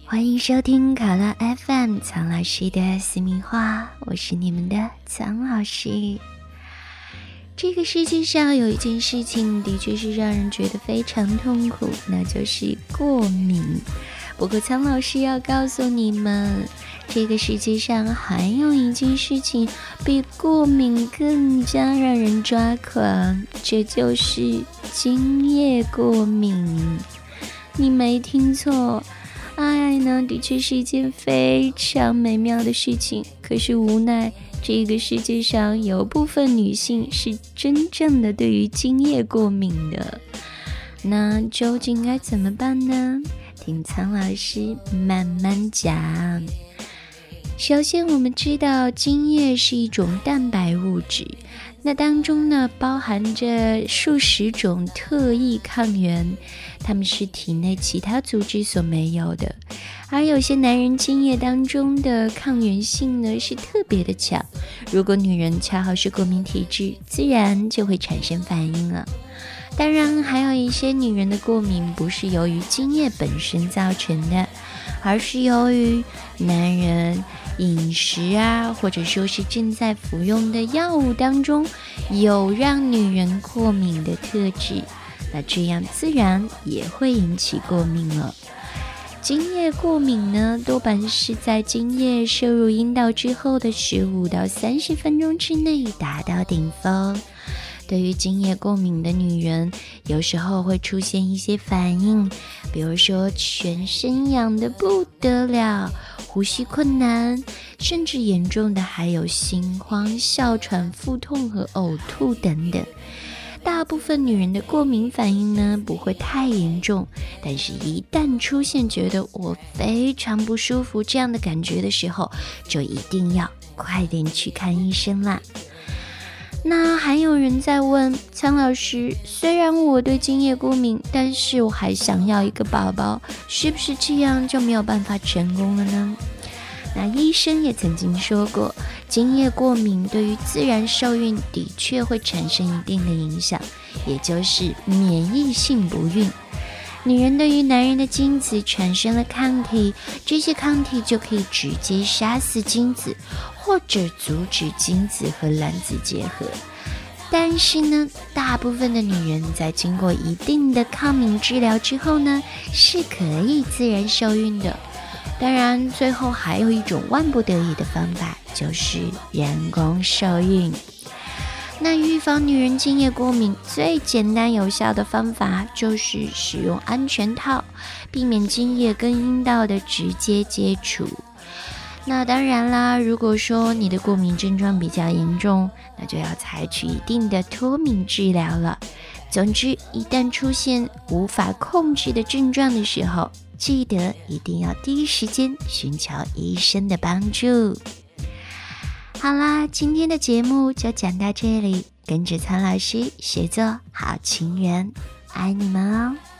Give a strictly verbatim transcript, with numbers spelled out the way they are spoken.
欢迎收听考拉 F M 苍老师的私密话，我是你们的苍老师。这个世界上有一件事情的确是让人觉得非常痛苦，那就是过敏。不过苍老师要告诉你们，这个世界上还有一件事情比过敏更加让人抓狂，这就是精液过敏。你没听错，爱呢的确是一件非常美妙的事情，可是无奈这个世界上有部分女性是真正的对于精液过敏的。那究竟该怎么办呢？听苍老师慢慢讲。首先我们知道精液是一种蛋白物质，那当中呢包含着数十种特异抗原，它们是体内其他组织所没有的。而有些男人精液当中的抗原性呢是特别的强，如果女人恰好是过敏体质，自然就会产生反应了。当然还有一些女人的过敏不是由于精液本身造成的，而是由于男人饮食啊，或者说是正在服用的药物当中有让女人过敏的特质，那这样自然也会引起过敏了。精液过敏呢，多半是在精液摄入阴道之后的十五到三十分钟之内达到顶峰。对于精液过敏的女人，有时候会出现一些反应，比如说全身痒得不得了，呼吸困难，甚至严重的还有心慌、哮喘、腹痛和呕吐等等。大部分女人的过敏反应呢不会太严重，但是一旦出现觉得我非常不舒服这样的感觉的时候，就一定要快点去看医生啦。那还有人在问苍老师，虽然我对精液过敏，但是我还想要一个宝宝，是不是这样就没有办法成功了呢？那医生也曾经说过，精液过敏对于自然受孕的确会产生一定的影响，也就是免疫性不孕。女人对于男人的精子产生了抗体，这些抗体就可以直接杀死精子，或者阻止精子和卵子结合。但是呢，大部分的女人在经过一定的抗敏治疗之后呢，是可以自然受孕的。当然，最后还有一种万不得已的方法，就是人工受孕。那预防女人精液过敏最简单有效的方法就是使用安全套，避免精液跟阴道的直接接触。那当然啦，如果说你的过敏症状比较严重，那就要采取一定的脱敏治疗了。总之，一旦出现无法控制的症状的时候，记得一定要第一时间寻求医生的帮助。好啦，今天的节目就讲到这里，跟着苍老师学做好情人，爱你们哦。